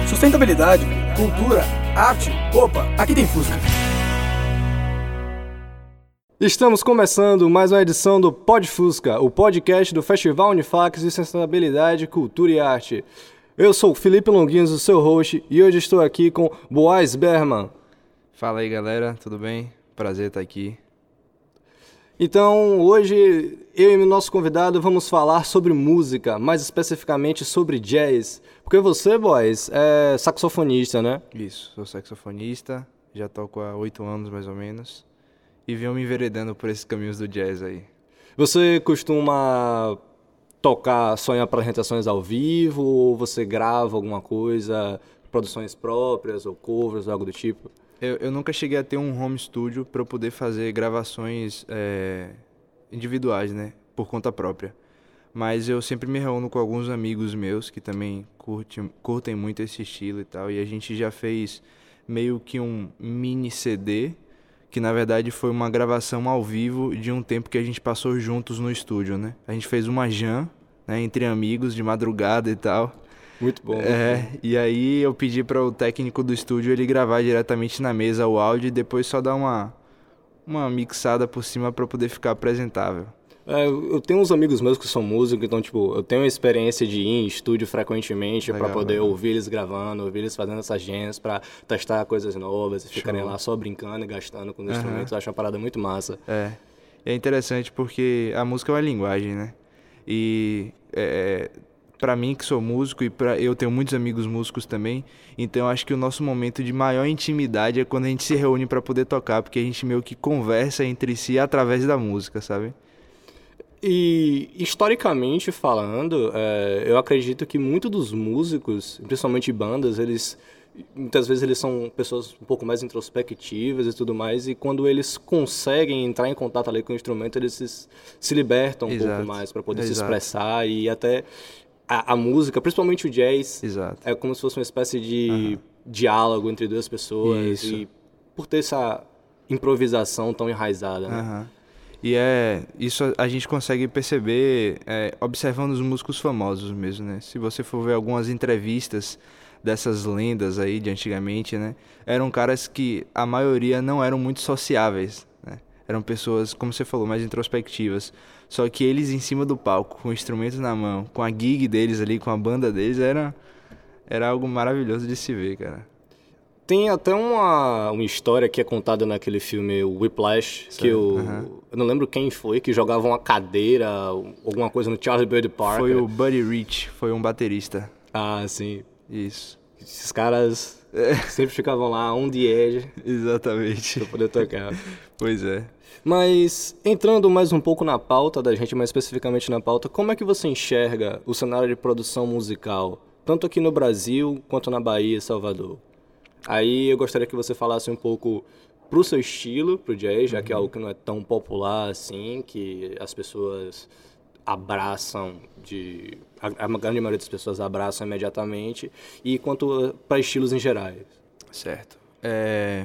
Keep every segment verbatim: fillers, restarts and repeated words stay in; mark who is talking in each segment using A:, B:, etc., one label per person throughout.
A: Sustentabilidade, cultura, arte, opa, aqui tem Fusca.
B: Estamos começando mais uma edição do Pod Fusca, o podcast do Festival Unifax de Sustentabilidade, Cultura e Arte. Eu sou o Felipe Longuinhos, o seu host, e hoje estou aqui com Boaz Berman.
C: Fala aí, galera, tudo bem? Prazer estar aqui.
B: Então, hoje eu e o nosso convidado vamos falar sobre música, mais especificamente sobre jazz. Porque você, Boaz, é saxofonista, né?
C: Isso, sou saxofonista, já toco há oito anos mais ou menos, e venho me enveredando por esses caminhos do jazz aí.
B: Você costuma tocar só em apresentações ao vivo, ou você grava alguma coisa, produções próprias, ou covers, algo do tipo?
C: Eu, eu nunca cheguei a ter um home studio para eu poder fazer gravações é, individuais, né, por conta própria. Mas eu sempre me reúno com alguns amigos meus que também curtem, curtem muito esse estilo e tal, e a gente já fez meio que um mini C D, que na verdade foi uma gravação ao vivo de um tempo que a gente passou juntos no estúdio, né? A gente fez uma jam, né, entre amigos, de madrugada e tal.
B: Muito bom.
C: É,
B: muito bom.
C: E aí eu pedi para o técnico do estúdio ele gravar diretamente na mesa o áudio e depois só dar uma, uma mixada por cima para poder ficar apresentável.
B: É, eu tenho uns amigos meus que são músicos, então, tipo, eu tenho a experiência de ir em estúdio frequentemente para poder legal. ouvir eles gravando, ouvir eles fazendo essas jams, para testar coisas novas e ficarem lá só brincando e gastando com os uhum. instrumentos. Eu acho uma parada muito massa.
C: É, é interessante porque a música é uma linguagem, né? E é, para mim que sou músico e pra, eu tenho muitos amigos músicos também, então acho que o nosso momento de maior intimidade é quando a gente se reúne para poder tocar, porque a gente meio que conversa entre si através da música, sabe?
B: E, historicamente falando, é, eu acredito que muitos dos músicos, principalmente bandas, eles muitas vezes eles são pessoas um pouco mais introspectivas e tudo mais, e quando eles conseguem entrar em contato ali com o instrumento, eles se, se libertam um Exato. pouco mais para poder Exato. se expressar, e até a, a música, principalmente o jazz,
C: Exato.
B: é como se fosse uma espécie de uhum. diálogo entre duas pessoas,
C: Isso.
B: e por ter essa improvisação tão enraizada, né?
C: Uhum. E é, isso a gente consegue perceber é, observando os músicos famosos mesmo, né? Se você for ver algumas entrevistas dessas lendas aí de antigamente, né? Eram caras que a maioria não eram muito sociáveis, né? Eram pessoas, como você falou, mais introspectivas. Só que eles em cima do palco, com o instrumento na mão, com a gig deles ali, com a banda deles, era, era algo maravilhoso de se ver, cara.
B: Tem até uma, uma história que é contada naquele filme Whiplash, certo. que eu, uhum. eu não lembro quem foi, que jogava uma cadeira, alguma coisa no Charlie Bird Parker.
C: Foi o Buddy Rich, foi um baterista.
B: Ah, sim.
C: Isso.
B: Esses caras é. sempre ficavam lá, on the edge.
C: Exatamente.
B: Pra poder tocar.
C: Pois é.
B: Mas, entrando mais um pouco na pauta da gente, mais especificamente na pauta, como é que você enxerga o cenário de produção musical, tanto aqui no Brasil, quanto na Bahia e Salvador? Aí eu gostaria que você falasse um pouco pro seu estilo, pro jazz, já uhum. que é algo que não é tão popular assim, que as pessoas abraçam, de a, a grande maioria das pessoas abraçam imediatamente, e quanto para estilos em gerais.
C: Certo. É,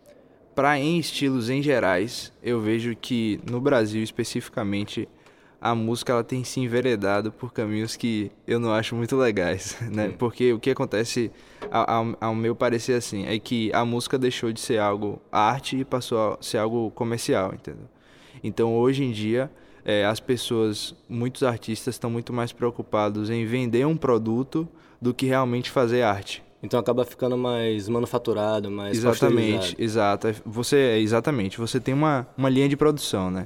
C: para em estilos em gerais, eu vejo que no Brasil especificamente a música ela tem se enveredado por caminhos que eu não acho muito legais, né? Sim. Porque o que acontece, ao, ao meu parecer assim, é que a música deixou de ser algo arte e passou a ser algo comercial, entendeu? Então hoje em dia, é, as pessoas, muitos artistas estão muito mais preocupados em vender um produto do que realmente fazer arte.
B: Então acaba ficando mais manufaturado, mais
C: Exatamente, exato. Você, exatamente, você tem uma, uma linha de produção, né?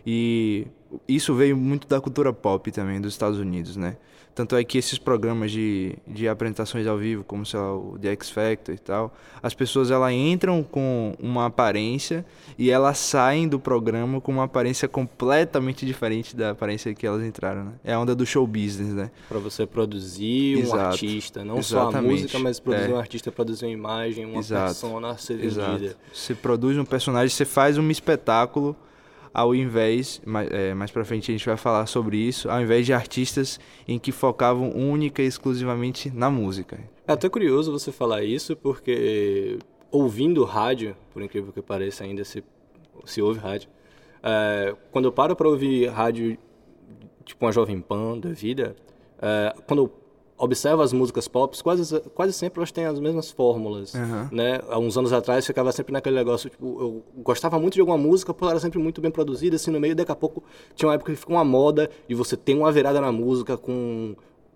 C: E isso veio muito da cultura pop também, dos Estados Unidos, né? Tanto é que esses programas de, de apresentações ao vivo, como sei lá, o The X Factor e tal, as pessoas elas entram com uma aparência e elas saem do programa com uma aparência completamente diferente da aparência que elas entraram, né? É a onda do show business, né?
B: Para você produzir Exato. um artista, não Exatamente. só a música, mas produzir é. um artista, produzir uma imagem, uma Exato. persona a ser vendida.
C: Exato. Você produz um personagem, você faz um espetáculo, ao invés, mais, é, mais pra frente a gente vai falar sobre isso, ao invés de artistas em que focavam única e exclusivamente na música.
B: É até curioso você falar isso, porque ouvindo rádio, por incrível que pareça, ainda se, se ouve rádio, é, quando eu paro para ouvir rádio, tipo uma Jovem Pan da vida, é, quando eu observa as músicas pop, quase, quase sempre elas têm as mesmas fórmulas,
C: Uhum.
B: né? Há uns anos atrás ficava sempre naquele negócio, tipo, eu gostava muito de alguma música, porque ela era sempre muito bem produzida, assim, no meio, daqui a pouco tinha uma época que ficou uma moda, e você tem uma virada na música com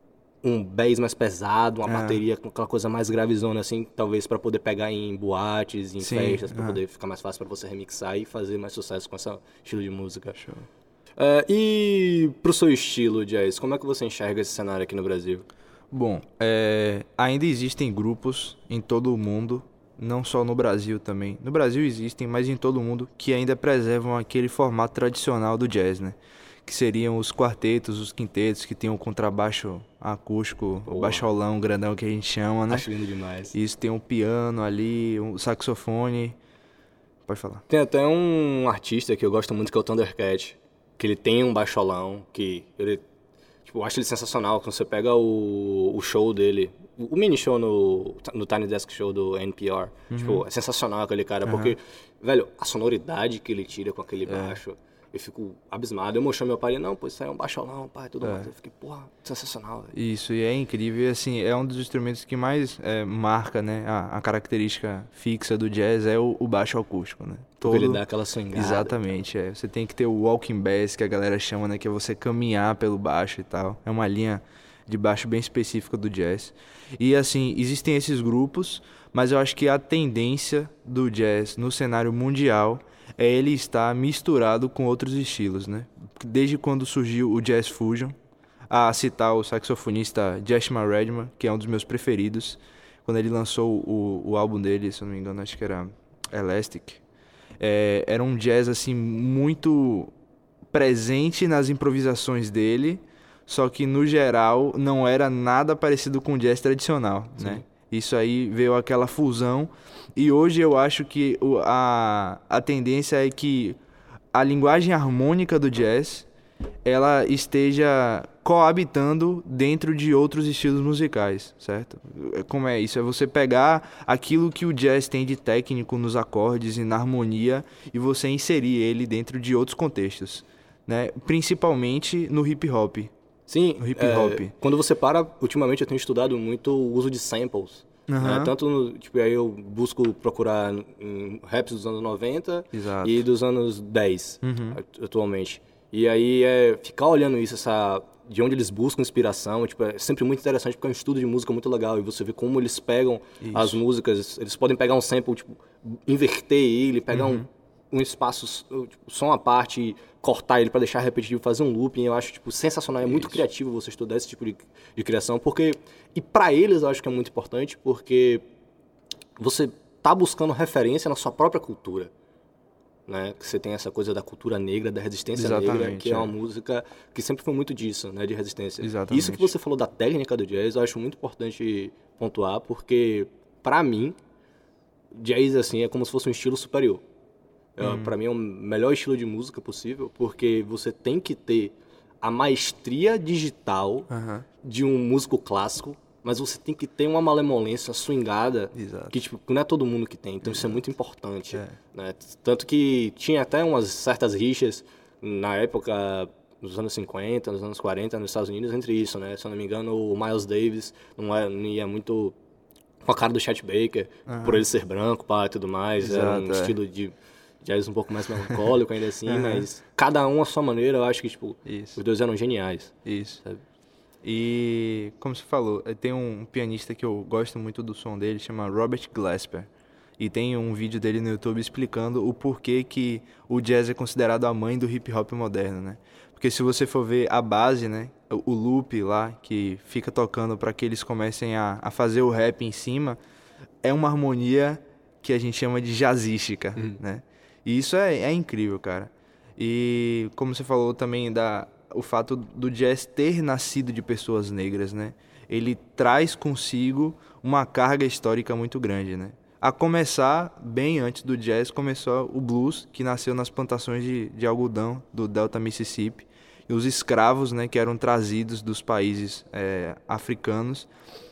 B: um bass mais pesado, uma
C: É.
B: bateria com aquela coisa mais gravizona, assim, talvez pra poder pegar em boates, em
C: Sim,
B: festas, pra
C: é.
B: poder ficar mais fácil pra você remixar e fazer mais sucesso com esse estilo de música.
C: Show.
B: É, e pro seu estilo, Jazz, como é que você enxerga esse cenário aqui no Brasil?
C: Bom, é, ainda existem grupos em todo o mundo, não só no Brasil também. No Brasil existem, mas em todo o mundo, que ainda preservam aquele formato tradicional do jazz, né? Que seriam os quartetos, os quintetos, que tem o contrabaixo acústico, o
B: Boa.
C: baixolão grandão que a gente chama, né?
B: Acho lindo demais.
C: Isso, tem um piano ali, um saxofone. Pode falar.
B: Tem até um artista que eu gosto muito, que é o Thundercat, que ele tem um baixolão, que ele, tipo, eu acho ele sensacional. Quando você pega o, o show dele, o, o mini show no, no Tiny Desk Show do N P R,
C: Uhum.
B: tipo, é sensacional aquele cara, porque, velho, a sonoridade que ele tira com aquele
C: É.
B: baixo, eu fico abismado. Eu mostrei meu pai, não, pô, isso aí é um baixolão, pai, tudo
C: É.
B: mais. Eu fiquei, porra, sensacional, velho.
C: Isso, e é incrível, e assim, é um dos instrumentos que mais é, marca, né, a, a característica fixa do jazz é o, o baixo acústico, né?
B: Porque ele dá aquela swingada.
C: Exatamente, é. Você tem que ter o walking bass, que a galera chama, né, que é você caminhar pelo baixo e tal. É uma linha de baixo bem específica do jazz. E assim, existem esses grupos, mas eu acho que a tendência do jazz no cenário mundial é ele estar misturado com outros estilos, né? Desde quando surgiu o Jazz Fusion, a citar o saxofonista Jeshma Redman, que é um dos meus preferidos, quando ele lançou o, o álbum dele, se eu não me engano, acho que era Elastic, é, era um jazz assim muito presente nas improvisações dele, só que no geral não era nada parecido com o jazz tradicional,
B: Sim.
C: né? Isso aí veio aquela fusão, e hoje eu acho que o, a, a tendência é que a linguagem harmônica do jazz ela esteja coabitando dentro de outros estilos musicais, certo? Como é isso? É você pegar aquilo que o jazz tem de técnico nos acordes e na harmonia e você inserir ele dentro de outros contextos, né? Principalmente no hip hop.
B: Sim,
C: O hip
B: é,
C: hop.
B: quando você para, ultimamente eu tenho estudado muito o uso de samples.
C: Aham.
B: Né? Tanto, no, tipo, aí eu busco procurar em raps dos anos noventa
C: Exato.
B: e dos anos dez,
C: Uhum.
B: atu- atualmente. E aí é ficar olhando isso, essa, de onde eles buscam inspiração, tipo, é sempre muito interessante porque é um estudo de música muito legal e você vê como eles pegam
C: Isso.
B: as músicas, eles podem pegar um sample, tipo, inverter ele, pegar
C: Uhum.
B: um, um espaço, tipo, som à parte e cortar ele para deixar repetitivo, fazer um looping. Eu acho tipo sensacional, é muito
C: Isso.
B: criativo você estudar esse tipo de, de criação, porque e para eles eu acho que é muito importante, porque você tá buscando referência na sua própria cultura, né? Que você tem essa coisa da cultura negra, da resistência negra,
C: Exatamente,
B: que é uma
C: é.
B: música que sempre foi muito disso, né, de resistência.
C: Exatamente.
B: Isso que você falou da técnica do jazz, eu acho muito importante pontuar, porque para mim jazz assim é como se fosse um estilo superior.
C: Uhum.
B: Para mim é o melhor estilo de música possível, porque você tem que ter a maestria digital
C: Aham.
B: de um músico clássico, mas você tem que ter uma malemolência swingada
C: Exato.
B: que tipo, não é todo mundo que tem, então isso é muito importante.
C: É.
B: Né? Tanto que tinha até umas certas rixas na época, nos anos cinquenta, nos anos quarenta, nos Estados Unidos, entre isso, né? Se eu não me engano, o Miles Davis não, é, não ia muito com a cara do Chet Baker,
C: Aham.
B: por ele ser branco, pá, e tudo mais. Era um
C: Exato, é.
B: estilo de jazz um pouco mais melancólico ainda assim,
C: Aham.
B: mas cada um à sua maneira, eu acho que tipo,
C: Isso.
B: os dois eram geniais.
C: Isso.
B: Sabe?
C: E, como você falou, eh, tem um pianista que eu gosto muito do som dele, chama Robert Glasper. E tem um vídeo dele no YouTube explicando o porquê que o jazz é considerado a mãe do hip hop moderno, né? Porque se você for ver a base, né, o o loop lá, que fica tocando para que eles comecem a, a fazer o rap em cima, é uma harmonia que a gente chama de jazzística, né? E isso é, é incrível, cara. E como você falou também da o fato do jazz ter nascido de pessoas negras, né? Ele traz consigo uma carga histórica muito grande, né? A começar, bem antes do jazz, começou o blues, que nasceu nas plantações de, de algodão do Delta Mississippi. E os escravos, né, que eram trazidos dos países é, africanos,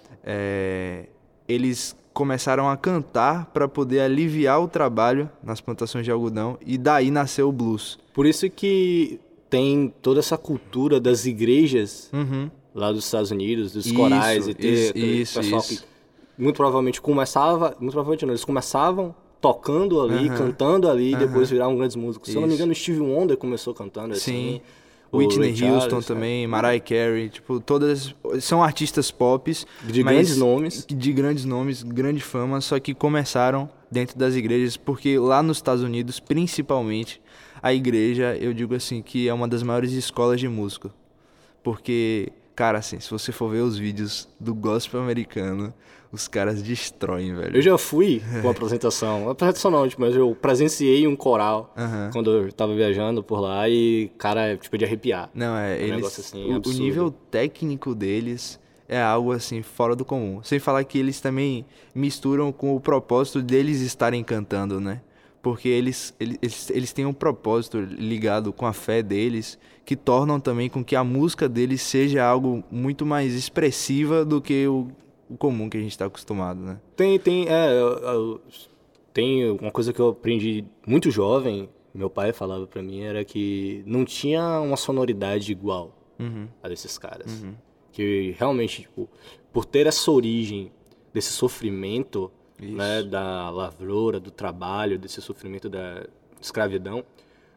C: é, eles começaram a cantar para poder aliviar o trabalho nas plantações de algodão, e daí nasceu o blues.
B: Por isso que tem toda essa cultura das igrejas
C: Uhum.
B: lá dos Estados Unidos, dos
C: Isso,
B: corais, e ter
C: isso,
B: aquele
C: isso,
B: pessoal
C: isso.
B: que muito provavelmente começava, muito provavelmente não, eles começavam tocando ali,
C: Aham,
B: cantando ali, e
C: aham.
B: depois viraram grandes músicos. Se eu não me
C: Isso.
B: engano, o Stevie Wonder começou cantando
C: Sim.
B: assim. o
C: Whitney
B: Ray
C: Houston
B: Charles,
C: também,
B: é.
C: Mariah Carey, tipo, todas são artistas pop
B: De
C: mas
B: grandes nomes.
C: de grandes nomes, grande fama, só que começaram dentro das igrejas, porque lá nos Estados Unidos, principalmente, a igreja, eu digo assim, que é uma das maiores escolas de música. Porque, cara, assim, se você for ver os vídeos do gospel americano, os caras destroem, velho.
B: Eu já fui com uma apresentação, uma apresentação não, tipo, mas eu presenciei um coral
C: Aham.
B: quando eu tava viajando por lá e, cara, é, tipo, de arrepiar.
C: Não, é,
B: Um
C: eles,
B: negócio assim,
C: o- o,
B: absurdo.
C: nível técnico deles é algo assim fora do comum. Sem falar que eles também misturam com o propósito deles estarem cantando, né? Porque eles, eles, eles, eles têm um propósito ligado com a fé deles que tornam também com que a música deles seja algo muito mais expressiva do que o, o comum que a gente está acostumado, né?
B: Tem, tem, é, eu- eu- tem uma coisa que eu aprendi muito jovem, meu pai falava pra mim, era que não tinha uma sonoridade igual
C: Uhum.
B: a desses caras. Que realmente, tipo, por ter essa origem desse sofrimento,
C: Isso.
B: né, da lavoura, do trabalho, desse sofrimento da escravidão,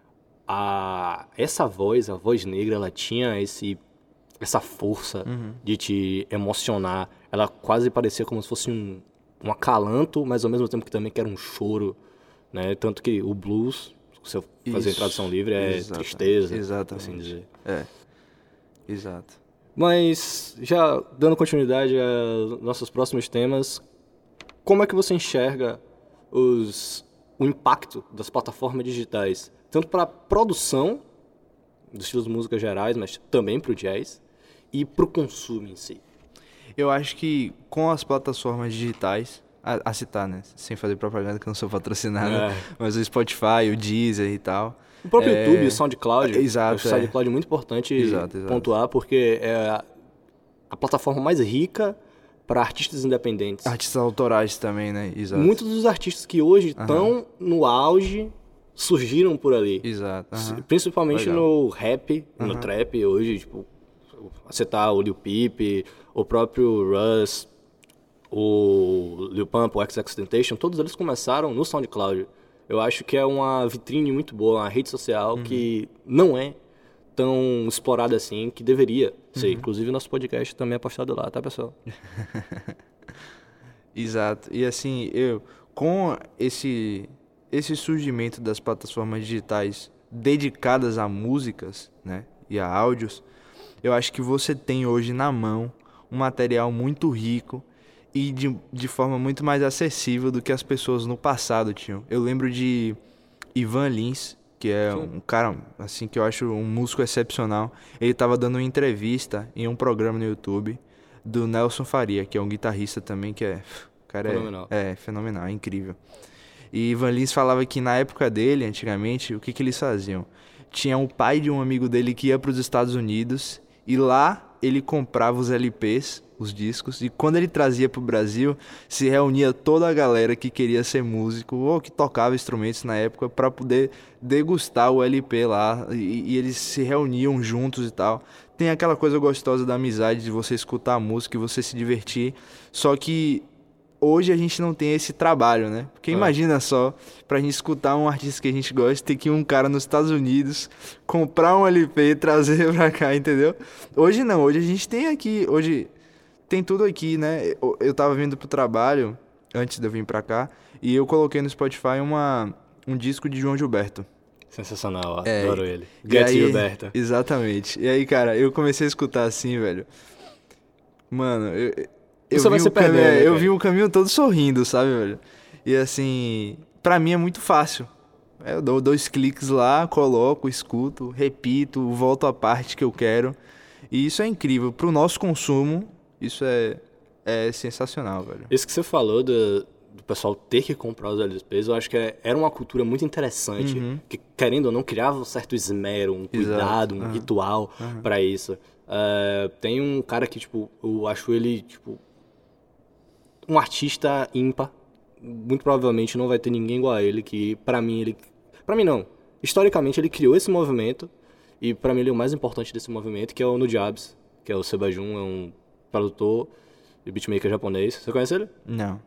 B: a, essa voz, a voz negra, ela tinha esse, essa força de te emocionar. Ela quase parecia como se fosse um, um acalanto, mas ao mesmo tempo que também que era um choro, né? Tanto que o blues, se eu fazer
C: Isso.
B: tradução livre, é
C: Exata-
B: tristeza,
C: exatamente.
B: assim dizer.
C: É, exato.
B: Mas, já dando continuidade aos nossos próximos temas, como é que você enxerga os, o impacto das plataformas digitais, tanto para a produção dos estilos de música gerais, mas também para o jazz, e para o consumo em si?
C: Eu acho que com as plataformas digitais, a, a citar, né? Sem fazer propaganda que eu não sou patrocinado,
B: É.
C: mas o Spotify, o Deezer e tal.
B: O próprio
C: É,
B: YouTube, o SoundCloud,
C: Exato,
B: acho o
C: é.
B: SoundCloud é muito importante
C: Exato, exato.
B: pontuar, porque é a, a plataforma mais rica para artistas independentes.
C: Artistas autorais também, né? Exato.
B: Muitos dos artistas que hoje estão no auge surgiram por ali.
C: Exato. aham.
B: Principalmente
C: Legal.
B: no rap, no trap, hoje, tipo, você tá o Lil Peep, o próprio Russ, o Lil Pump, o XXXTentacion, todos eles começaram no SoundCloud. Eu acho que é uma vitrine muito boa, uma rede social que não é tão explorada assim, que deveria ser. Inclusive, nosso podcast também é postado lá, tá, pessoal?
C: Exato. E assim, eu com esse esse surgimento das plataformas digitais dedicadas a músicas, né, e a áudios, eu acho que você tem hoje na mão um material muito rico e de, de forma muito mais acessível do que as pessoas no passado tinham. Eu lembro de Ivan Lins, que é um cara assim que eu acho um músico excepcional. Ele estava dando uma entrevista em um programa no YouTube do Nelson Faria, que é um guitarrista também que é, o cara
B: Fenomenal.
C: é, é fenomenal, é incrível. E Ivan Lins falava que na época dele, antigamente, o que que eles faziam? Tinha o pai de um amigo dele que ia para os Estados Unidos e lá ele comprava os L Ps, os discos, e quando ele trazia pro Brasil, se reunia toda a galera que queria ser músico ou que tocava instrumentos na época para poder degustar o L P lá, e, e eles se reuniam juntos e tal. Tem aquela coisa gostosa da amizade, de você escutar a música e você se divertir, só que hoje a gente não tem esse trabalho, né? Porque imagina só, pra gente escutar um artista que a gente gosta, ter que ir um cara nos Estados Unidos, comprar um L P e trazer pra cá, entendeu? Hoje não, hoje a gente tem aqui, hoje tem tudo aqui, né? Eu, eu tava vindo pro trabalho, antes de eu vir pra cá, e eu coloquei no Spotify uma, um disco de João Gilberto.
B: Sensacional,
C: É,
B: adoro ele.
C: E
B: Get
C: aí-
B: Gilberto.
C: Exatamente. E aí, cara, eu comecei a escutar assim, velho. Mano, eu, eu,
B: Você vai
C: vi
B: se
C: o caminho,
B: perdendo, né,
C: eu
B: cara?
C: vi o caminho todo sorrindo, sabe, velho? E assim, pra mim é muito fácil. É, Eu dou dois cliques lá, coloco, escuto, repito, volto à parte que eu quero. E isso é incrível. Pro nosso consumo, isso é, é sensacional, velho.
B: Isso que você falou do, do pessoal ter que comprar os L Ps, eu acho que é- era uma cultura muito interessante, que, querendo ou não, criava um certo esmero, um cuidado, um ritual pra isso. É, tem um cara que, tipo, eu acho ele, tipo, um artista ímpar. Muito provavelmente não vai ter ninguém igual a ele, que pra mim ele... Pra mim não. Historicamente ele criou esse movimento, e pra mim ele é o mais importante desse movimento, que é o Nujabes, que é o Seba Jun, é um produtor e beatmaker japonês. Você conhece ele?
C: Não.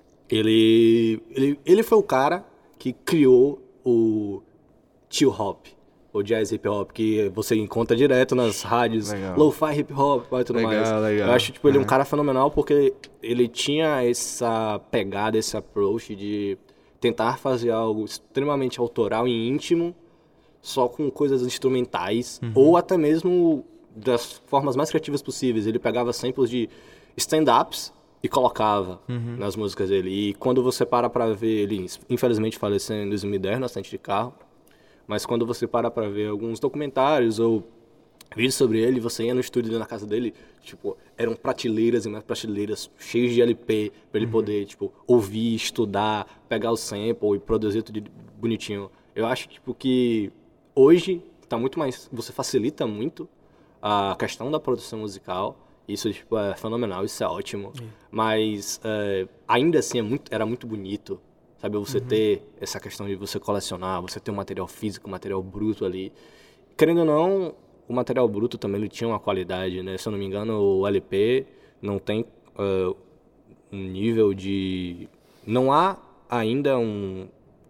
B: Ele, ele, ele foi o cara que criou o chill hop, o jazz hip hop, que você encontra direto nas rádios,
C: Legal.
B: lo-fi hip hop e tudo
C: Legal,
B: mais.
C: legal.
B: Eu acho tipo, ele é um
C: Uhum.
B: cara fenomenal porque ele tinha essa pegada, esse approach de tentar fazer algo extremamente autoral e íntimo, só com coisas instrumentais,
C: Uhum.
B: ou até mesmo das formas mais criativas possíveis. Ele pegava samples de stand-ups e colocava
C: Uhum.
B: nas músicas dele. E quando você para pra ver, ele infelizmente faleceu em dois mil e dez no acidente de carro, mas quando você para pra ver alguns documentários ou vídeos sobre ele, você ia no estúdio na casa dele, tipo, eram prateleiras e mais prateleiras cheias de L P pra ele poder, tipo, ouvir, estudar, pegar o sample e produzir tudo bonitinho. Eu acho, tipo, que hoje tá muito mais, você facilita muito a questão da produção musical. Isso, tipo, é fenomenal, isso é ótimo. Mas é, ainda assim é muito, era muito bonito, sabe? Você ter essa questão de você colecionar, você ter um material físico, um material bruto ali. Querendo ou não, o material bruto também ele tinha uma qualidade, né? Se eu não me engano, o L P não tem uh, um nível de... Não há ainda um,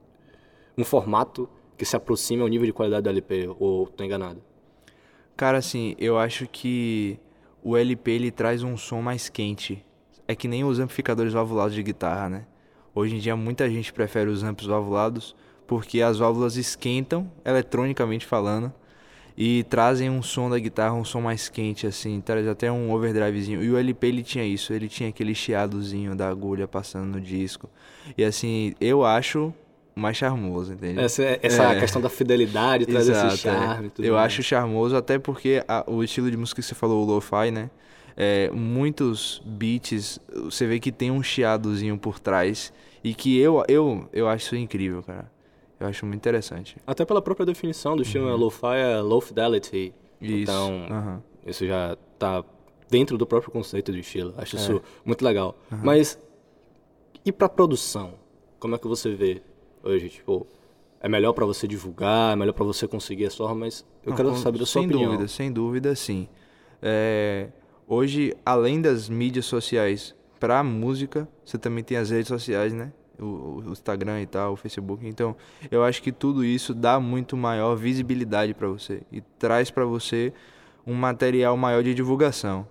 B: um formato que se aproxime ao nível de qualidade do L P, ou tô enganado?
C: Cara, assim, eu acho que o L P ele traz um som mais quente. É que nem os amplificadores valvulados de guitarra, né? Hoje em dia muita gente prefere os amplos valvulados porque as válvulas esquentam, eletronicamente falando, e trazem um som da guitarra, um som mais quente, assim, traz até um overdrivezinho. E o L P ele tinha isso, ele tinha aquele chiadozinho da agulha passando no disco. E assim, eu acho mais charmoso, entende?
B: Essa, essa
C: É.
B: questão da fidelidade traz
C: Exato,
B: esse charme.
C: é.
B: Tudo
C: Eu
B: mais.
C: acho charmoso, até porque a- o estilo de música que você falou, o lo-fi, né? É, muitos beats, você vê que tem um chiadozinho por trás. E que eu, eu, eu acho isso incrível, cara. Eu acho muito interessante.
B: Até pela própria definição do estilo, né? Lo-fi é low fidelity.
C: Isso.
B: Então,
C: aham.
B: isso já tá dentro do próprio conceito do estilo. Acho isso muito legal. Mas, e pra produção? Como é que você vê hoje? Tipo, é melhor pra você divulgar, é melhor pra você conseguir a sua, mas eu
C: Não,
B: quero
C: com-
B: saber da sua
C: sem
B: opinião.
C: dúvida, sem dúvida, sim. É, hoje, além das mídias sociais pra música, você também tem as redes sociais, né? O, o Instagram e tal, o Facebook. Então, eu acho que tudo isso dá muito maior visibilidade pra você e traz pra você um material maior de divulgação.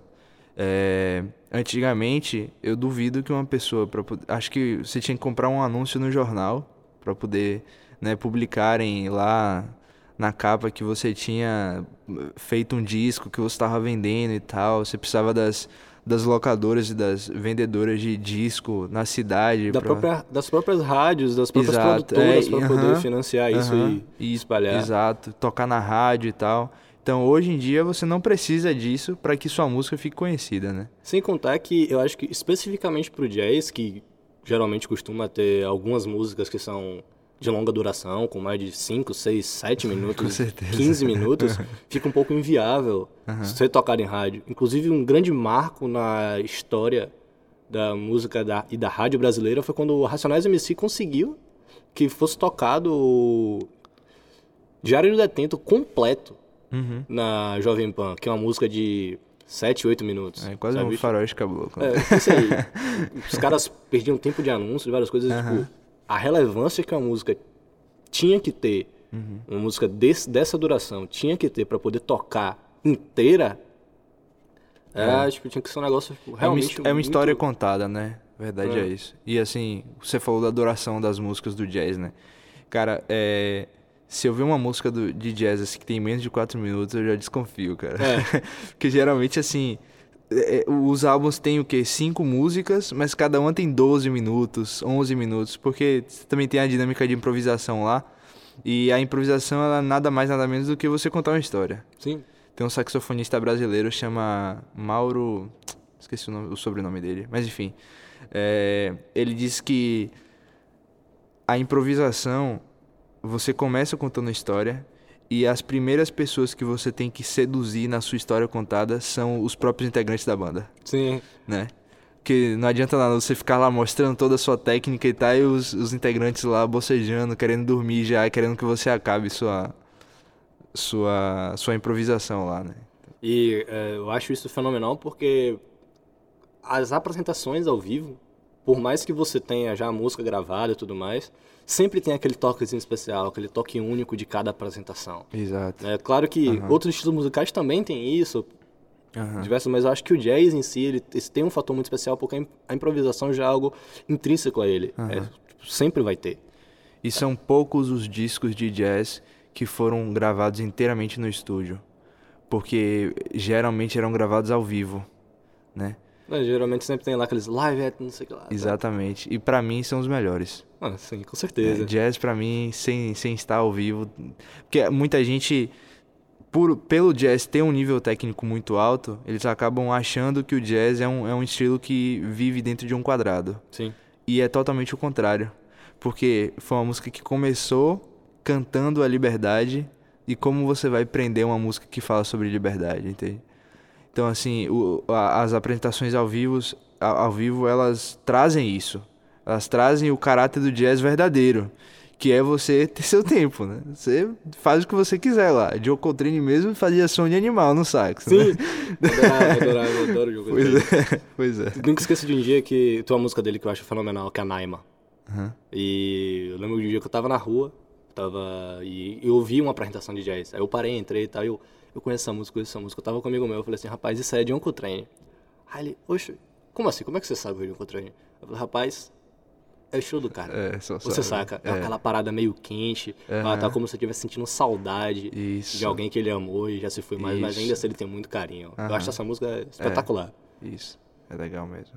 C: É, antigamente, eu duvido que uma pessoa, pra, pod- acho que você tinha que comprar um anúncio no jornal para poder, né, publicarem lá na capa que você tinha feito um disco que você estava vendendo e tal. Você precisava das, das locadoras e das vendedoras de disco na cidade.
B: Da
C: pra-
B: própria, das próprias rádios, das próprias
C: Exato,
B: produtoras
C: é,
B: para
C: e-
B: poder
C: aham,
B: financiar isso
C: aham,
B: e espalhar.
C: Exato, tocar na rádio e tal. Então, hoje em dia, você não precisa disso para que sua música fique conhecida, né?
B: Sem contar que eu acho que especificamente pro jazz, que geralmente costuma ter algumas músicas que são de longa duração, com mais de cinco, seis, sete minutos,
C: Com certeza.
B: quinze minutos, fica um pouco inviável ser tocado em rádio. Inclusive, um grande marco na história da música da, e da rádio brasileira foi quando o Racionais M C conseguiu que fosse tocado o Diário do Detento completo
C: Uhum.
B: na Jovem Pan, que é uma música de sete, oito minutos.
C: É quase
B: sabe?
C: um faroeste caboclo.
B: É, isso aí. Os caras perdiam tempo de anúncio, de várias coisas. Tipo, a relevância que a música tinha que ter, uma música desse, dessa duração, tinha que ter pra poder tocar inteira, era, tipo, tinha que ser um negócio tipo,
C: É uma,
B: realmente
C: his- é uma
B: muito-
C: história contada, né? Verdade é.
B: É.
C: isso. E assim, você falou da duração das músicas do jazz, né? Cara, é... se eu ver uma música do, de jazz assim, que tem menos de quatro minutos, eu já desconfio, cara.
B: É.
C: Porque geralmente, assim, é, os álbuns têm o quê? Cinco músicas, mas cada uma tem doze minutos, onze minutos, porque também tem a dinâmica de improvisação lá. E a improvisação, ela nada mais, nada menos do que você contar uma história.
B: Sim.
C: Tem um saxofonista brasileiro, chama Mauro... Esqueci o, nome- o sobrenome dele, mas enfim. É, ele diz que a improvisação, você começa contando a história e as primeiras pessoas que você tem que seduzir na sua história contada são os próprios integrantes da banda,
B: Sim.
C: né? Porque não adianta nada você ficar lá mostrando toda a sua técnica e tal, e os, os integrantes lá bocejando, querendo dormir já, querendo que você acabe sua, sua, sua improvisação lá, né?
B: E é, eu acho isso fenomenal porque as apresentações ao vivo, por mais que você tenha já a música gravada e tudo mais, sempre tem aquele toquezinho especial, aquele toque único de cada apresentação.
C: Exato.
B: É claro que
C: Uhum.
B: outros estilos musicais também têm isso,
C: Uhum.
B: diversos, mas eu acho que o jazz em si, ele, ele tem um fator muito especial porque a im- a improvisação já é algo intrínseco a ele.
C: Uhum.
B: É, tipo, sempre vai ter.
C: E são poucos os discos de jazz que foram gravados inteiramente no estúdio. Porque geralmente eram gravados ao vivo, né?
B: Mas, geralmente sempre tem lá aqueles live at não sei o que lá. sabe?
C: Exatamente. E pra mim são os melhores.
B: Ah, sim, com certeza.
C: É, jazz pra mim, sem, sem estar ao vivo. Porque muita gente, por, pelo jazz ter um nível técnico muito alto, eles acabam achando que o jazz é um, é um estilo que vive dentro de um quadrado.
B: Sim.
C: E é totalmente o contrário. Porque foi uma música que começou cantando a liberdade. E como você vai prender uma música que fala sobre liberdade, entende? Então, assim, o, a, as apresentações ao vivo, ao, ao vivo, elas trazem isso. Elas trazem o caráter do jazz verdadeiro. Que é você ter seu tempo, né? Você faz o que você quiser lá. Joe Coltrane mesmo fazia som de animal no sax,
B: Sim.
C: né?
B: Adorava, adorava, eu adoro o jogo
C: Pois
B: dele.
C: é, pois é.
B: Nunca esqueço de um dia que tem uma música dele que eu acho fenomenal, que é a Naima.
C: Uhum.
B: E eu lembro de um dia que eu tava na rua, tava e eu ouvi uma apresentação de jazz. Aí eu parei, entrei e tal, e eu, eu conheço essa música, conheço essa música. Eu tava com um amigo meu, eu falei assim, rapaz, isso aí é John Coltrane. Aí ele, oxe, como assim? Como é que você sabe o John Coltrane? Eu falei, rapaz, é o show do cara.
C: É, só
B: Você
C: sabe.
B: saca? É
C: É.
B: aquela parada meio quente,
C: Aham.
B: tá como se eu estivesse sentindo saudade
C: Isso.
B: de alguém que ele amou e já se foi mais, mas
C: Isso.
B: ainda assim ele tem muito carinho. Eu
C: Aham.
B: acho essa música espetacular.
C: Isso. É legal mesmo.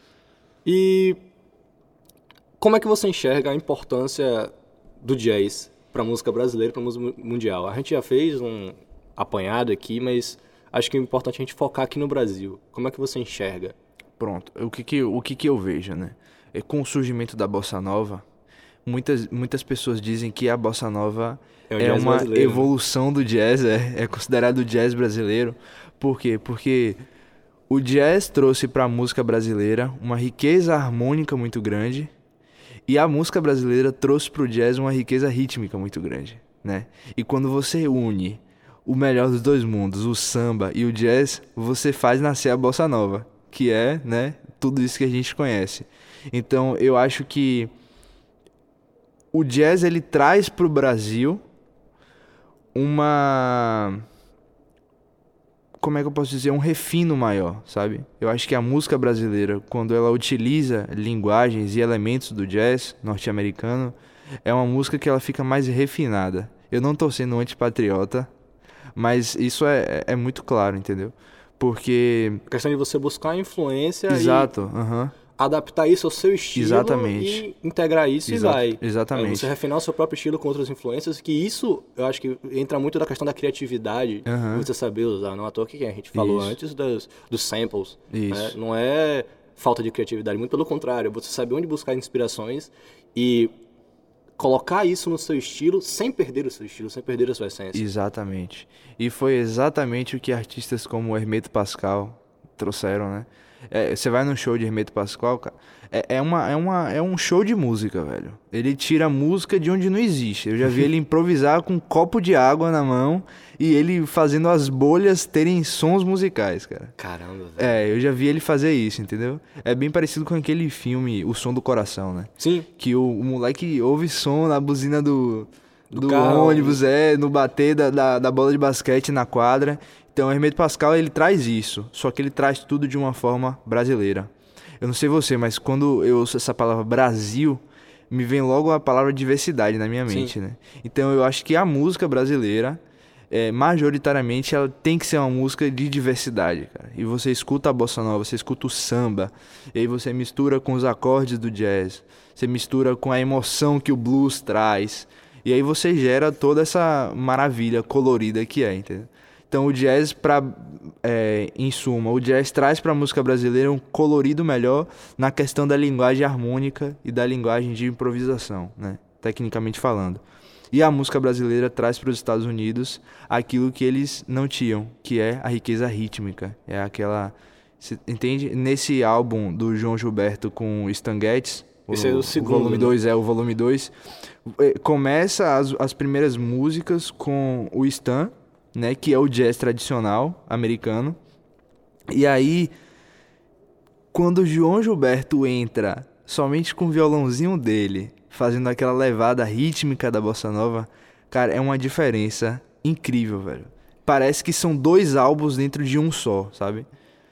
B: E como é que você enxerga a importância do jazz para música brasileira e para música mundial? A gente já fez um apanhado aqui, mas acho que é importante a gente focar aqui no Brasil. Como é que você enxerga?
C: Pronto. O que que, o que que eu vejo, né? É, com o surgimento da Bossa Nova, muitas, muitas pessoas dizem que a Bossa Nova
B: É o
C: é,
B: jazz
C: uma
B: brasileiro, né?
C: evolução do jazz, é, é considerado o jazz brasileiro. Por quê? Porque o jazz trouxe para a música brasileira uma riqueza harmônica muito grande e a música brasileira trouxe para o jazz uma riqueza rítmica muito grande, né? E quando você une o melhor dos dois mundos, o samba e o jazz, você faz nascer a Bossa Nova, que é, né, tudo isso que a gente conhece. Então, eu acho que o jazz ele traz para o Brasil uma, como é que eu posso dizer, um refino maior, sabe? Eu acho que a música brasileira, quando ela utiliza linguagens e elementos do jazz norte-americano, é uma música que ela fica mais refinada. Eu não tô sendo um antipatriota, mas isso é, é muito claro, entendeu? Porque...
B: A questão de você buscar a influência
C: Exato,
B: e
C: aham.
B: adaptar isso ao seu estilo
C: Exatamente.
B: e integrar isso
C: Exa-
B: e vai.
C: exatamente.
B: É, você refinar o seu próprio estilo com outras influências, que isso, eu acho que entra muito da questão da criatividade,
C: Aham.
B: de você saber usar. Não à toa que a gente falou
C: Isso.
B: antes dos, dos samples.
C: Isso.
B: Né? Não é falta de criatividade, muito pelo contrário. Você saber onde buscar inspirações e colocar isso no seu estilo sem perder o seu estilo, sem perder a sua essência.
C: Exatamente. E foi exatamente o que artistas como Hermeto Pascoal trouxeram, né? É, você vai num show de Hermeto Pascoal, cara, é, é, uma, é, uma, é um show de música, velho. Ele tira a música de onde não existe. Eu já vi ele improvisar com um copo de água na mão e ele fazendo as bolhas terem sons musicais, cara.
B: Caramba, velho.
C: É, eu já vi ele fazer isso, entendeu? É bem parecido com aquele filme O Som do Coração, né?
B: Sim,
C: Que o, o moleque ouve som na buzina do,
B: Do
C: do,
B: carro.
C: ônibus, é, no bater da, da, da bola de basquete na quadra. Então, o Hermeto Pascoal, ele traz isso, só que ele traz tudo de uma forma brasileira. Eu não sei você, mas quando eu ouço essa palavra Brasil, me vem logo a palavra diversidade na minha mente,
B: Sim.
C: né? Então, eu acho que a música brasileira, é, majoritariamente, ela tem que ser uma música de diversidade, cara. E você escuta a bossa nova, você escuta o samba, e aí você mistura com os acordes do jazz, você mistura com a emoção que o blues traz, e aí você gera toda essa maravilha colorida que é, entendeu? Então o jazz, pra, é, em suma, o jazz traz para a música brasileira um colorido melhor na questão da linguagem harmônica e da linguagem de improvisação, né? Tecnicamente falando. E a música brasileira traz para os Estados Unidos aquilo que eles não tinham, que é a riqueza rítmica. É aquela... Cê entende? Nesse álbum do João Gilberto com Stan Getz,
B: Esse é o segundo,
C: o volume
B: né?
C: dois, é o volume dois, começa as, as primeiras músicas com o Stan, né? Que é o jazz tradicional americano. E aí, quando o João Gilberto entra somente com o violãozinho dele, fazendo aquela levada rítmica da bossa nova, cara, é uma diferença incrível, velho. Parece que são dois álbuns dentro de um só, sabe?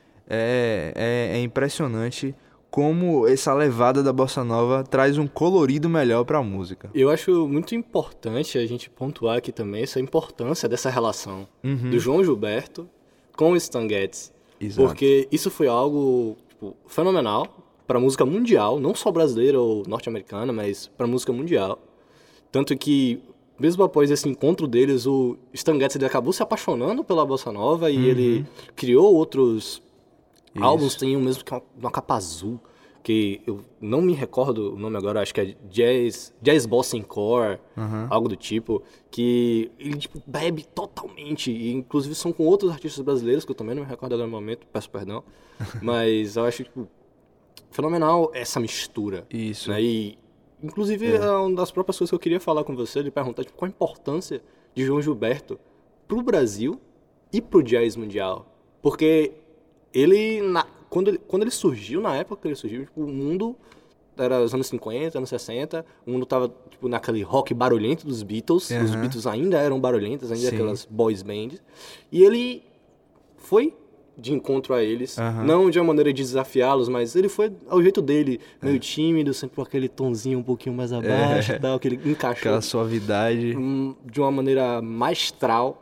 C: É, é, é impressionante como essa levada da bossa nova traz um colorido melhor pra música.
B: Eu acho muito importante a gente pontuar aqui também essa importância dessa relação
C: Uhum.
B: do João Gilberto com o Stan Getz.
C: Exato.
B: Porque isso foi algo tipo, fenomenal pra música mundial, não só brasileira ou norte-americana, mas pra música mundial. Tanto que, mesmo após esse encontro deles, o Stan Getz ele acabou se apaixonando pela bossa nova e
C: Uhum.
B: ele criou outros
C: Isso.
B: álbuns, tem um mesmo que é uma, uma capa azul, que eu não me recordo o nome agora, acho que é Jazz, Jazz Bossa Encore,
C: Uhum.
B: algo do tipo, que ele tipo, bebe totalmente, e inclusive são com outros artistas brasileiros, que eu também não me recordo agora no momento, peço perdão, mas eu acho tipo, fenomenal essa mistura.
C: Isso.
B: Né? E, inclusive, é. uma das próprias coisas que eu queria falar com você, de perguntar tipo, qual a importância de João Gilberto pro Brasil e pro jazz mundial. Porque ele, na, quando ele, quando ele surgiu, na época que ele surgiu, tipo, o mundo era os anos cinquenta, anos sessenta, o mundo tava tipo, naquele rock barulhento dos Beatles,
C: Uhum.
B: os Beatles ainda eram barulhentos, ainda
C: Sim.
B: aquelas boys bands, e ele foi de encontro a eles,
C: Uhum.
B: não de uma maneira de desafiá-los, mas ele foi ao jeito dele, meio tímido, sempre com aquele tonzinho um pouquinho mais abaixo e tal, que ele encaixou
C: Aquela suavidade.
B: hum, de uma maneira maestral.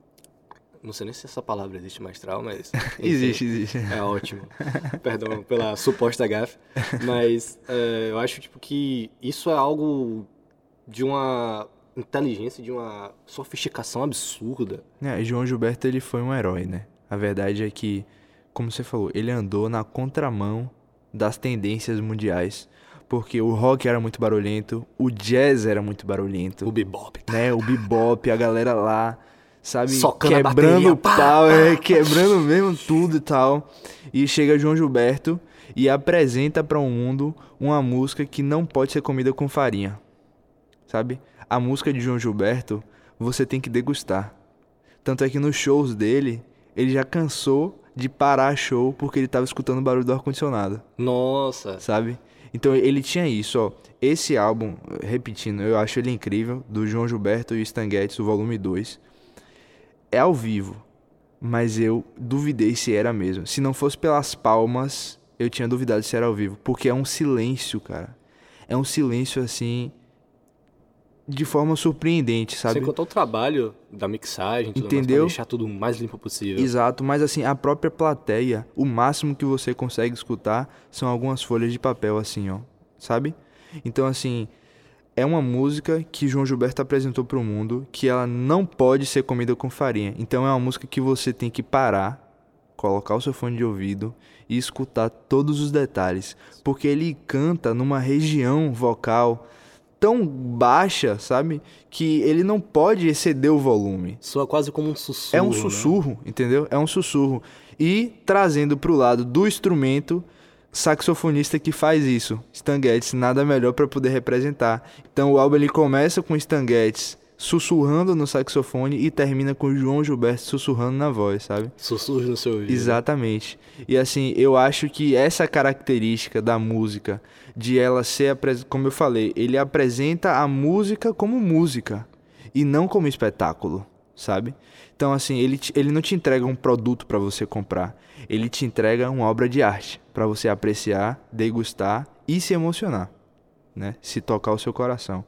B: Não sei nem se essa palavra existe, maestral, mas... enfim,
C: Existe, existe.
B: É ótimo. Perdão pela suposta gafe. Mas é, eu acho tipo, que isso é algo de uma inteligência, de uma sofisticação absurda.
C: É, e João Gilberto, ele foi um herói, né? A verdade é que, como você falou, ele andou na contramão das tendências mundiais. Porque o rock era muito barulhento, o jazz era muito barulhento.
B: O bebop, tá?
C: Né? O bebop, a galera lá, sabe?
B: Socando a
C: quebrando
B: bateria,
C: o
B: pá,
C: pau,
B: pá.
C: é, quebrando mesmo tudo e tal. E chega João Gilberto e apresenta para o mundo uma música que não pode ser comida com farinha. Sabe? A música de João Gilberto, você tem que degustar. Tanto é que nos shows dele, ele já cansou de parar show porque ele tava escutando o barulho do ar-condicionado,
B: Nossa.
C: sabe? Então ele tinha isso, ó. Esse álbum, repetindo, eu acho ele incrível, do João Gilberto e Stan Getz, o volume dois. É ao vivo, mas eu duvidei se era mesmo. Se não fosse pelas palmas, eu tinha duvidado se era ao vivo, porque é um silêncio, cara. É um silêncio assim, de forma surpreendente, sabe?
B: Sem contar o trabalho da mixagem, tudo mais,
C: Entendeu?
B: pra deixar tudo o mais limpo possível.
C: Exato, mas assim, a própria plateia, o máximo que você consegue escutar são algumas folhas de papel assim, ó, sabe? Então assim, é uma música que João Gilberto apresentou pro mundo, que ela não pode ser comida com farinha. Então é uma música que você tem que parar, colocar o seu fone de ouvido e escutar todos os detalhes, porque ele canta numa região vocal tão baixa, sabe? Que ele não pode exceder o volume.
B: Soa quase como um sussurro.
C: É um
B: né?
C: sussurro, entendeu? É um sussurro. E trazendo pro lado do instrumento, saxofonista que faz isso. Stan Getz, nada melhor para poder representar. Então o álbum ele começa com Stan Getz sussurrando no saxofone e termina com João Gilberto sussurrando na voz, sabe?
B: Sussurros no seu ouvido.
C: Exatamente. E assim, eu acho que essa característica da música, de ela ser, como eu falei, ele apresenta a música como música e não como espetáculo, sabe? Então assim, ele, te, ele não te entrega um produto para você comprar, ele te entrega uma obra de arte para você apreciar, degustar e se emocionar, né? Se tocar o seu coração.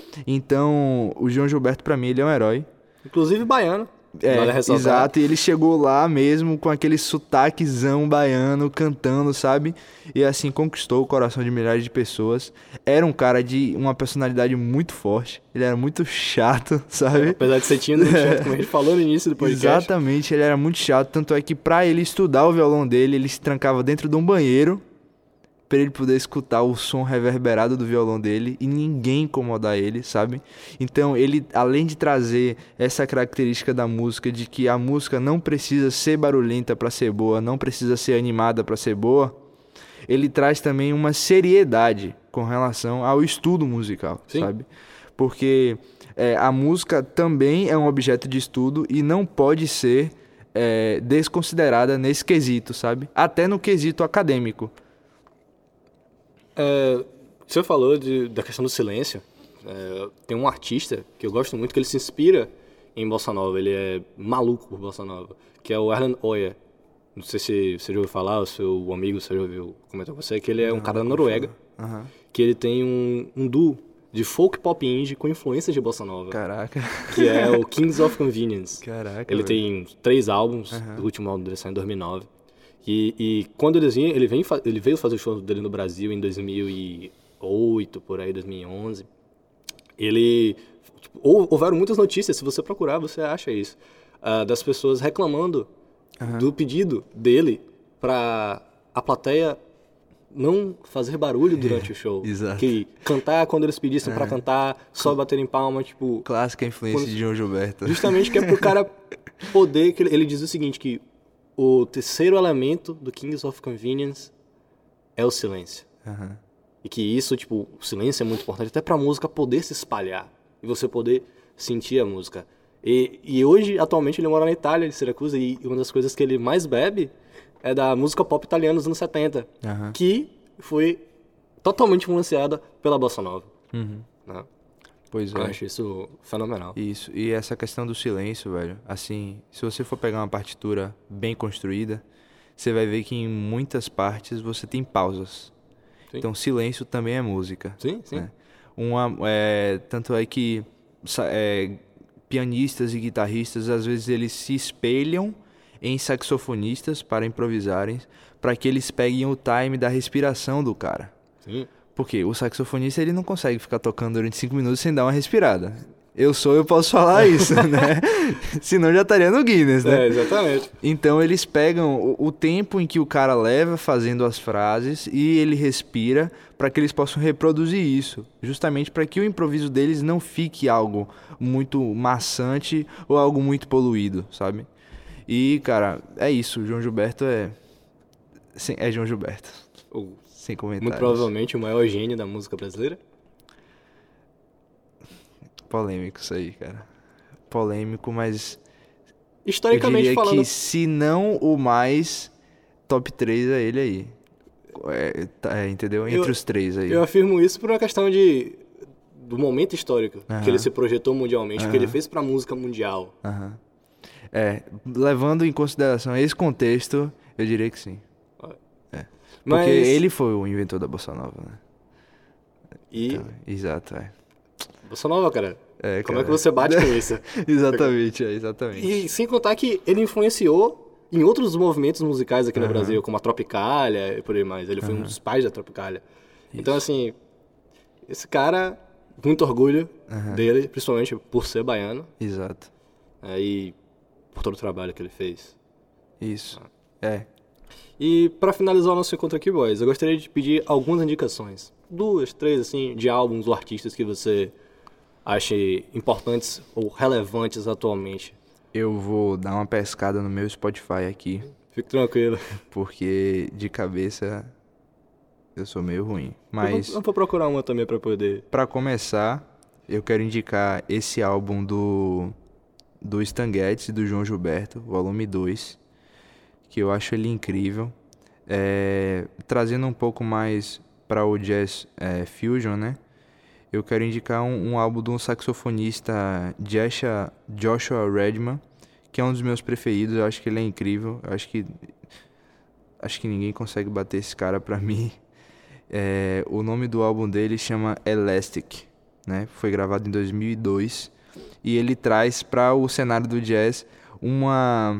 C: Então, o João Gilberto para mim ele é um herói.
B: Inclusive baiano.
C: É,
B: Vale ressaltar.
C: exato, e ele chegou lá mesmo com aquele sotaquezão baiano, cantando, sabe? E assim conquistou o coração de milhares de pessoas. Era um cara de uma personalidade muito forte, ele era muito chato, sabe?
B: Apesar de ser tímido, chato, como a gente falou no início do podcast.
C: Exatamente, ele era muito chato, tanto é que pra ele estudar o violão dele, ele se trancava dentro de um banheiro pra ele poder escutar o som reverberado do violão dele e ninguém incomodar ele, sabe? Então ele, além de trazer essa característica da música, de que a música não precisa ser barulhenta pra ser boa, não precisa ser animada pra ser boa, ele traz também uma seriedade com relação ao estudo musical,
B: Sim.
C: sabe? Porque é, a música também é um objeto de estudo e não pode ser é, desconsiderada nesse quesito, sabe? Até no quesito acadêmico.
B: É, você falou de, da questão do silêncio. É, tem um artista que eu gosto muito, que ele se inspira em Bossa Nova. Ele é maluco por Bossa Nova, que é o Erlen Øye. Não sei se você já ouviu falar, o seu amigo, você já ouviu comentar com você, que ele é um
C: Não,
B: cara da
C: não
B: Noruega,
C: Aham.
B: que ele tem um, um duo de folk pop indie com influências de Bossa Nova,
C: Caraca.
B: que é o Kings of Convenience.
C: Caraca,
B: Ele
C: velho.
B: tem três álbuns,
C: Aham.
B: o último álbum dele saiu em dois mil e nove. E, e quando ele vinha, ele, vem, fa- ele veio fazer o show dele no Brasil em dois mil e oito, por aí, dois mil e onze. Ele... Tipo, hou- houveram muitas notícias, se você procurar, você acha isso, ah, das pessoas reclamando
C: Aham.
B: do pedido dele pra a plateia não fazer barulho durante o show.
C: exato.
B: Que cantar quando eles pedissem pra cantar, só bater em palma, tipo...
C: Clássica influência
B: Quando-
C: de João Gilberto.
B: Justamente que é pro cara poder... Que ele, ele diz o seguinte, que o terceiro elemento do Kings of Convenience é o silêncio.
C: Aham.
B: E que isso, tipo, o silêncio é muito importante até pra música poder se espalhar. E você poder sentir a música. E, e hoje, atualmente, ele mora na Itália, em Siracusa, e uma das coisas que ele mais bebe é da música pop italiana dos anos setenta,
C: Aham.
B: que foi totalmente influenciada pela Bossa Nova.
C: Uhum.
B: Né?
C: Pois é.
B: Eu acho isso fenomenal.
C: Isso, e essa questão do silêncio, velho, assim, se você for pegar uma partitura bem construída, você vai ver que em muitas partes você tem pausas.
B: Sim.
C: Então, silêncio também é música.
B: Sim, sim.
C: né? Uma, é, tanto é que sa- é, pianistas e guitarristas, às vezes, eles se espelham em saxofonistas para improvisarem, para que eles peguem o time da respiração do cara.
B: Sim.
C: Porque o saxofonista, ele não consegue ficar tocando durante cinco minutos sem dar uma respirada. Eu sou, eu posso falar isso, né? Senão já estaria no Guinness, né?
B: É, exatamente.
C: Então eles pegam o, o tempo em que o cara leva fazendo as frases e ele respira para que eles possam reproduzir isso, justamente para que o improviso deles não fique algo muito maçante ou algo muito poluído, sabe? E, cara, é isso. O João Gilberto é... sem- É João Gilberto.
B: O-
C: Sem comentários.
B: Muito provavelmente o maior gênio da música brasileira.
C: Polêmico isso aí, cara. Polêmico, mas... Eu
B: Historicamente
C: diria
B: falando,
C: que se não o mais, top três é ele aí. É, tá, é, entendeu? Entre
B: Eu-
C: os três aí.
B: eu afirmo isso por uma questão de do momento histórico
C: Aham.
B: que ele se projetou mundialmente, que
C: Aham.
B: ele fez pra música mundial.
C: Aham. É, levando em consideração esse contexto, eu diria que sim. Porque
B: Mas
C: ele foi o inventor da Bossa Nova, né?
B: e
C: Então, exato, é.
B: Bossa Nova, cara.
C: É,
B: Como é
C: cara.
B: que você bate com isso?
C: Exatamente, é, exatamente.
B: E sem contar que ele influenciou em outros movimentos musicais aqui no
C: Aham.
B: Brasil, como a Tropicália e por aí mais. Ele foi um
C: Aham.
B: dos pais da Tropicália. Então,
C: Isso.
B: assim, esse cara, muito orgulho
C: Aham.
B: dele, principalmente por ser baiano,
C: Exato.
B: né, e por todo o trabalho que ele fez.
C: Isso. É.
B: E pra finalizar o nosso encontro aqui, boys, eu gostaria de pedir algumas indicações. Duas, três, assim, de álbuns ou artistas que você ache importantes ou relevantes atualmente.
C: Eu vou dar uma pescada no meu Spotify aqui,
B: Fique tranquilo.
C: porque de cabeça eu sou meio ruim.
B: Eu
C: Mas...
B: vou, eu vou procurar uma também pra poder...
C: Pra começar, eu quero indicar esse álbum do do Stan Getz e do João Gilberto, volume dois, que eu acho ele incrível. É, trazendo um pouco mais para o jazz é, fusion, né? Eu quero indicar um, um álbum de um saxofonista, Joshua, Joshua Redman, que é um dos meus preferidos. Eu acho que ele é incrível. Eu acho que acho que ninguém consegue bater esse cara pra mim. É, o nome do álbum dele chama Elastic, né? Foi gravado em dois mil e dois e ele traz para o cenário do jazz uma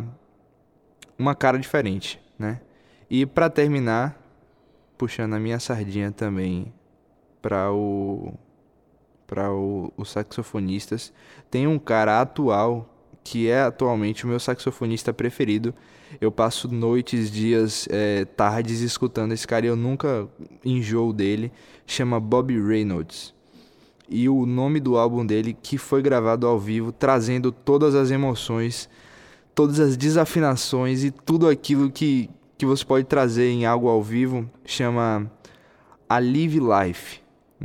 C: uma cara diferente, né? E para terminar, puxando a minha sardinha também para o para o, os saxofonistas, tem um cara atual que é atualmente o meu saxofonista preferido. Eu passo noites, dias, é, tardes escutando esse cara e eu nunca enjoo dele. Chama Bobby Reynolds. E o nome do álbum dele, que foi gravado ao vivo, trazendo todas as emoções, todas as desafinações e tudo aquilo que, que você pode trazer em algo ao vivo, chama A Live Life, né?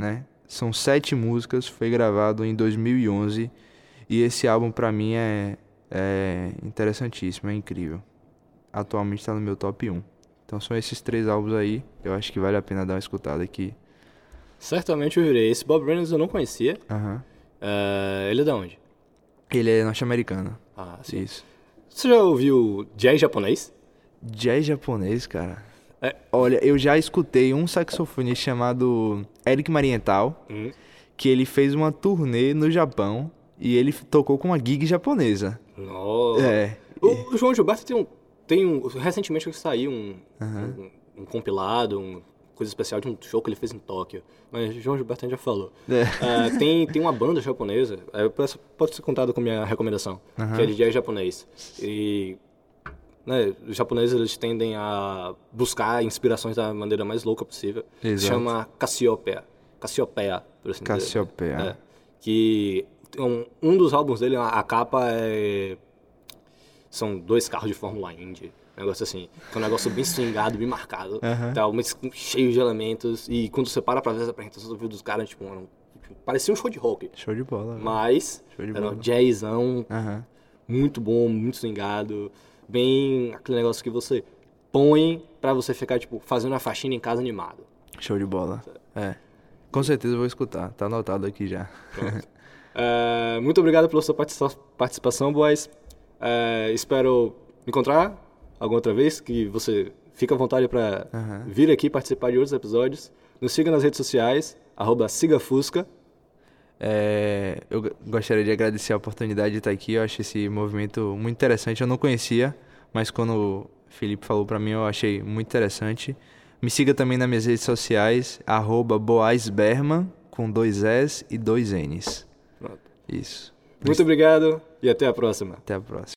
C: São sete músicas, foi gravado em dois mil e onze. E esse álbum pra mim é, é interessantíssimo, é incrível. Atualmente tá no meu top um. Então são esses três álbuns aí, eu acho que vale a pena dar uma escutada aqui.
B: Certamente eu virei. Esse Bob Reynolds eu não conhecia.
C: Aham.
B: Uh, ele é de onde?
C: Ele é norte-americano.
B: Ah, sim.
C: Isso.
B: Você já ouviu jazz japonês?
C: Jazz japonês, cara.
B: É.
C: Olha, eu já escutei um saxofonista chamado Eric Marienthal,
B: Hum.
C: que ele fez uma turnê no Japão e ele tocou com uma gig japonesa.
B: Nossa.
C: É.
B: O, o João Gilberto tem um, tem um... Recentemente saiu um,
C: Aham.
B: um, um compilado, uma coisa especial de um show que ele fez em Tóquio. Mas o João Gilberto a gente já falou.
C: É.
B: Uh, tem, tem uma banda japonesa, uh, pode ser contado com a minha recomendação,
C: Aham.
B: que é de jazz japonês. E... Né, os japoneses eles tendem a buscar inspirações da maneira mais louca possível. Se
C: Exato.
B: chama Cassiopeia. Cassiopeia, por assim dizer.
C: Cassiopeia.
B: É. Que um, um dos álbuns dele, a, a capa é... São dois carros de Fórmula Indy. Um negócio assim. Que é um negócio bem swingado, bem marcado.
C: Aham.
B: Tá, mas cheio de elementos. E quando você para pra ver as apresentações do vídeo dos caras, tipo, eram, tipo, parecia um show de rock.
C: Show de bola. velho.
B: Mas
C: Show de
B: era
C: bola.
B: um jazzão
C: Aham.
B: muito bom, muito swingado. Bem aquele negócio que você põe pra você ficar, tipo, fazendo a faxina em casa animado.
C: Show de bola. É. Com certeza eu vou escutar. Tá anotado aqui já.
B: Pronto. É, muito obrigado pela sua participa- participação, boys. É, espero encontrar alguma outra vez, que você fica à vontade pra
C: Aham.
B: vir aqui participar de outros episódios. Nos siga nas redes sociais, arroba sigafusca.
C: É, eu g- gostaria de agradecer a oportunidade de estar aqui. Eu acho esse movimento muito interessante. Eu não conhecia, mas quando o Felipe falou pra mim, eu achei muito interessante. Me siga também nas minhas redes sociais, arroba boaisberman, com dois S e dois N's.
B: Pronto.
C: Isso.
B: Muito obrigado e até a próxima.
C: Até a próxima.